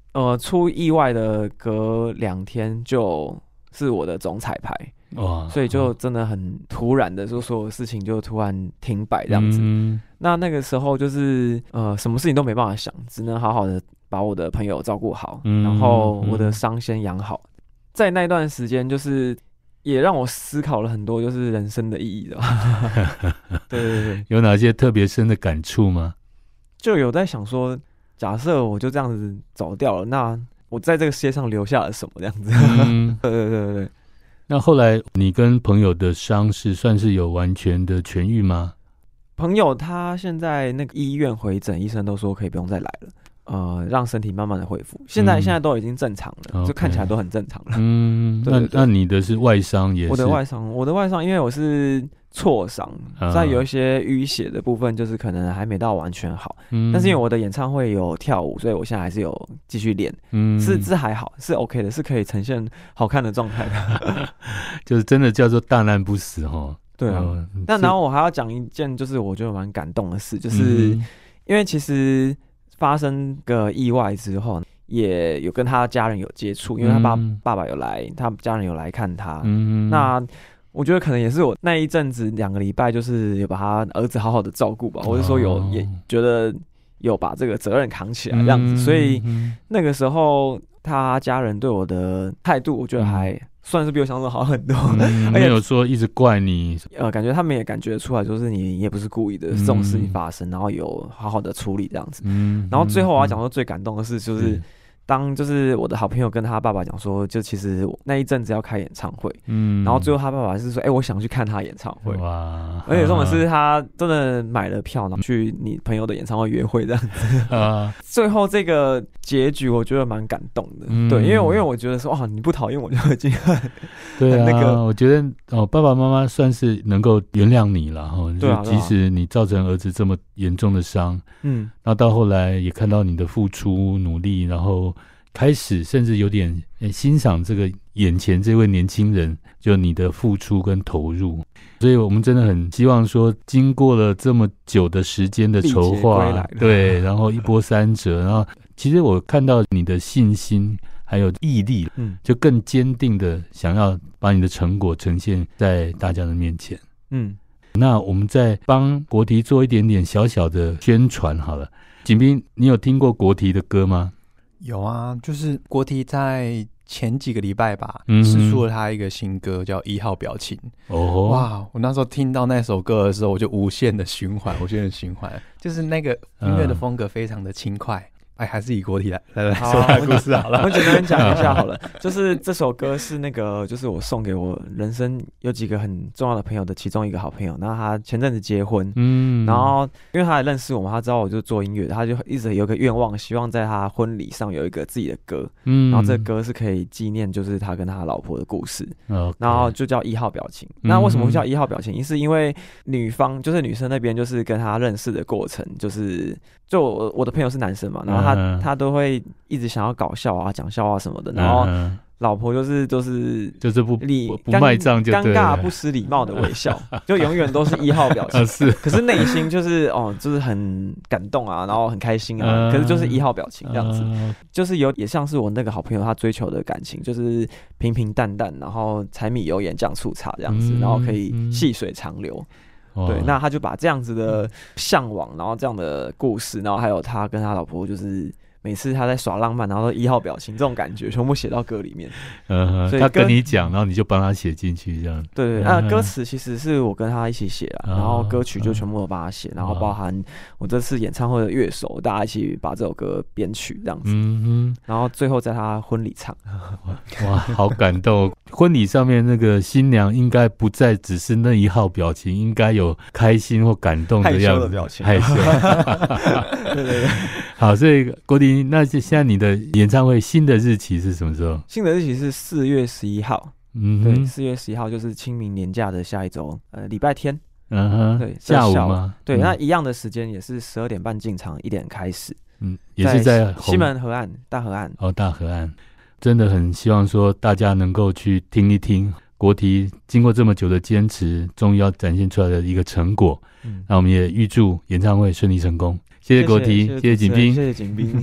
呃，出意外的隔两天就是我的总彩排，哇，所以就真的很突然的，就所有事情就突然停摆这样子。嗯、那那个时候就是呃，什么事情都没办法想，只能好好的把我的朋友照顾好，嗯、然后我的伤先养好。在那段时间，就是也让我思考了很多，就是人生的意义的。对对对， 有哪些特别深的感触吗？ 就有在想说，假设我就这样子走掉了，那我在这个世界上留下了什么这样子？嗯、对对对对。 那后来你跟朋友的伤势算是有完全的痊愈吗？ 朋友他现在那个医院回诊，医生都说可以不用再来了。呃，让身体慢慢的恢复，现在、嗯、现在都已经正常了， okay. 就看起来都很正常了。嗯， 对对对，那那你的是外伤也是？ 我的外伤，我的外伤，因为我是挫伤，啊、在有一些淤血的部分，就是可能还没到完全好。嗯，但是因为我的演唱会有跳舞，所以我现在还是有继续练。嗯，是是还好，是 OK 的，是可以呈现好看的状态的。 就是真的叫做大难不死哈。 对啊，呃、但然后我还要讲一件，就是我觉得蛮感动的事，就是、嗯、因为其实。发生个意外之后，也有跟他家人有接触，因为他爸、嗯、爸爸有来，他家人有来看他。嗯，那我觉得可能也是我那一阵子两个礼拜，就是有把他儿子好好的照顾吧，或者说有、哦、也觉得有把这个责任扛起来这样子，嗯、所以那个时候他家人对我的态度，我觉得还。嗯算是比我想象中好很多， 嗯、没有说一直怪你， 呃，感觉他们也感觉出来，就是你也不是故意的，嗯、这种事情发生，然后有好好的处理这样子。嗯，然后最后我要讲说最感动的是，就是、嗯、当就是我的好朋友跟他爸爸讲说，就其实那一阵子要开演唱会，嗯，然后最后他爸爸是说，哎、欸，我想去看他演唱会，哇，而且重点是他真的买了票，然后去你朋友的演唱会约会这样子。啊，最后这个结局我觉得蛮感动的，嗯、对，因为我因为我觉得说，哦，你不讨厌我就已经很对啊， 那个， 我觉得哦，爸爸妈妈算是能够原谅你了哈， 对啊， 即使你造成儿子这么严重的伤，嗯，然后到后来也看到你的付出努力，然后开始甚至有点欣赏这个眼前这位年轻人，就你的付出跟投入，所以我们真的很希望说，经过了这么久的时间的筹划，对，然后一波三折，然后其实我看到你的信心还有毅力，嗯，就更坚定的想要把你的成果呈现在大家的面前，嗯，那我们再帮国提做一点点小小的宣传好了。景斌，你有听过国提的歌吗？ 有啊，就是国提在前几个礼拜吧，嗯，释出了他一个新歌叫《一号表情》。哦，哇！我那时候听到那首歌的时候，我就无限的循环，无限的循环，就是那个音乐的风格非常的轻快。嗯，哎，还是以国提来来来说他的故事好了。 我简单讲一下好了，就是这首歌是那个，就是我送给我人生有几个很重要的朋友的其中一个好朋友，然后他前阵子结婚，嗯，然后因为他也认识我嘛，他知道我就做音乐，他就一直有个愿望，希望在他婚礼上有一个自己的歌，嗯，然后这个歌是可以纪念就是他跟他老婆的故事，嗯，然后就叫一号表情。那为什么会叫一号表情？是因为女方就是女生那边就是跟他认识的过程，就是就我我的朋友是男生嘛，然后他。他, 他都会一直想要搞笑啊，讲笑话什么的，然后老婆就是就是就是不不卖账就对了， 尴尬不失礼貌的微笑，就永远都是一号表情。是，可是内心就是哦，就是很感动啊，然后很开心啊，可是就是一号表情这样子，就是有也像是我那个好朋友他追求的感情，就是平平淡淡，然后柴米油盐酱醋茶这样子，然后可以细水长流。对，那他就把这样子的向往，然后这样的故事，然后还有他跟他老婆，就是每次他在耍浪漫，然后一号表情这种感觉，全部写到歌里面。 嗯，所以他跟你讲，然后你就帮他写进去，这样。 对对，那、嗯、歌词其实是我跟他一起写啦，然后歌曲就全部都帮他写，然后包含我这次演唱会的乐手，大家一起把这首歌编曲这样子。嗯哼，然后最后在他婚礼唱。 哇，好感动！婚礼上面那个新娘应该不再只是那一号表情，应该有开心或感动的样子， 害羞的表情， 害羞。对对对，好，所以国提，那现在你的演唱会新的日期是什么时候？ 新的日期是四月十一号。嗯，对，四月十一号就是清明年假的下一周，呃，礼拜天。嗯哼，对， 下午吗？ 对，嗯、那一样的时间也是十二点半进场，一点开始。 嗯，也是在西门河岸、大河岸。 哦，大河岸。真的很希望说大家能够去听一听国提经过这么久的坚持，终于要展现出来的一个成果。嗯，那我们也预祝演唱会顺利成功。谢谢国提，谢谢景斌， 谢谢景斌。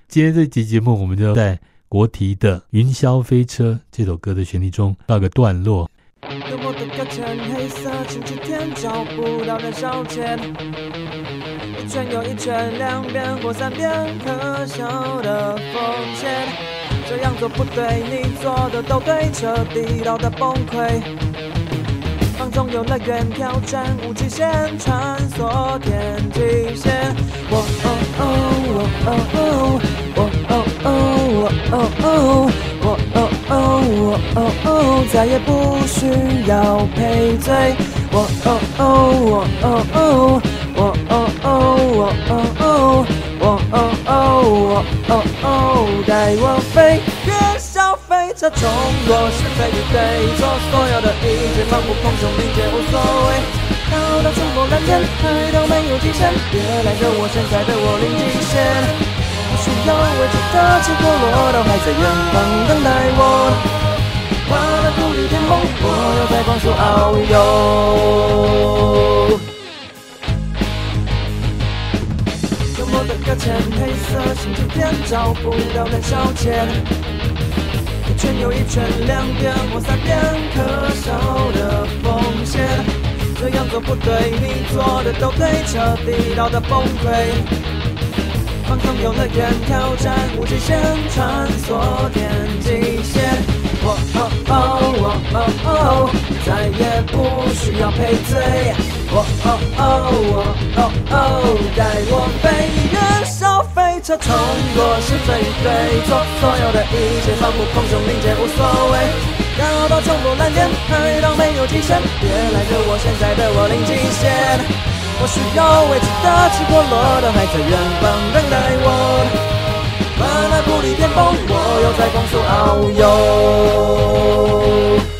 今天这期节目我们就在国题的《云霄飞车》这首歌的旋律中到个段落。 有我的搁浅，黑色星期天找不到人消遣，一圈又一圈，两边或三边，可笑的风险。这样做不对，你做的都对，彻底到的崩溃。放纵游乐园，挑战无极限，穿梭天际线。我哦哦，我哦哦，我哦哦，我哦哦，我哦哦，我哦哦，再也不需要赔罪。我哦哦，我哦哦，我哦哦，我哦哦，我哦哦，我哦哦，带我飞。消费者冲过是非与对错，所有的一切仿佛空中凝结无所谓。高到触摸蓝天，海到没有极限，别来惹我，现在的我零极限。不需要未知的结果，落都还在远方等待我。我的土地天梦，我又在光速遨游。幽默的搁浅，黑色星期天找不到人消遣。一圈又一圈，两边或三边，可笑的风险。这样做不对，你做的都对，彻底到的崩溃。放纵游乐园，挑战无极限，穿梭天际线。我哦哦，我哦哦，再也不需要赔罪。我哦哦，我哦哦，带我飞越消费者冲过是非与对错，所有的一切仿佛空中凝结无所谓。高到冲破蓝天，海到没有极限，别来惹我，现在的我零极限。我需要未知的结果，落的还在远方等待我。马拉布里巅峰，我又在光速遨游。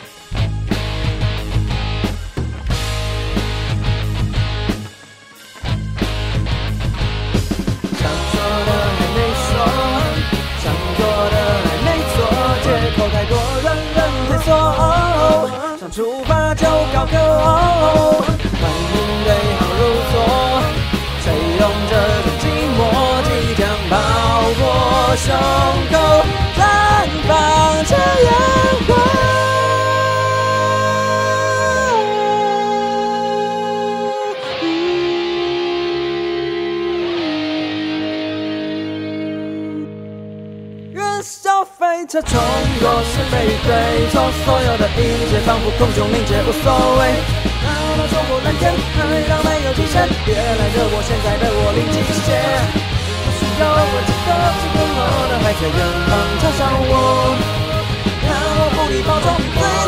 想说的还没说，想做的还没做，借口太多，让人退缩。想出发就高歌，欢迎对号入座，谁用这种寂寞即将爆破胸口，绽放着阳光。愿消费者冲过是非与对错，所有的一切仿佛空中凝结无所谓。高到冲破蓝天，海到没有极限，别来惹我，现在的我零极限。不需要未知的结果，落的还在远方嘲笑我。让我不理包装。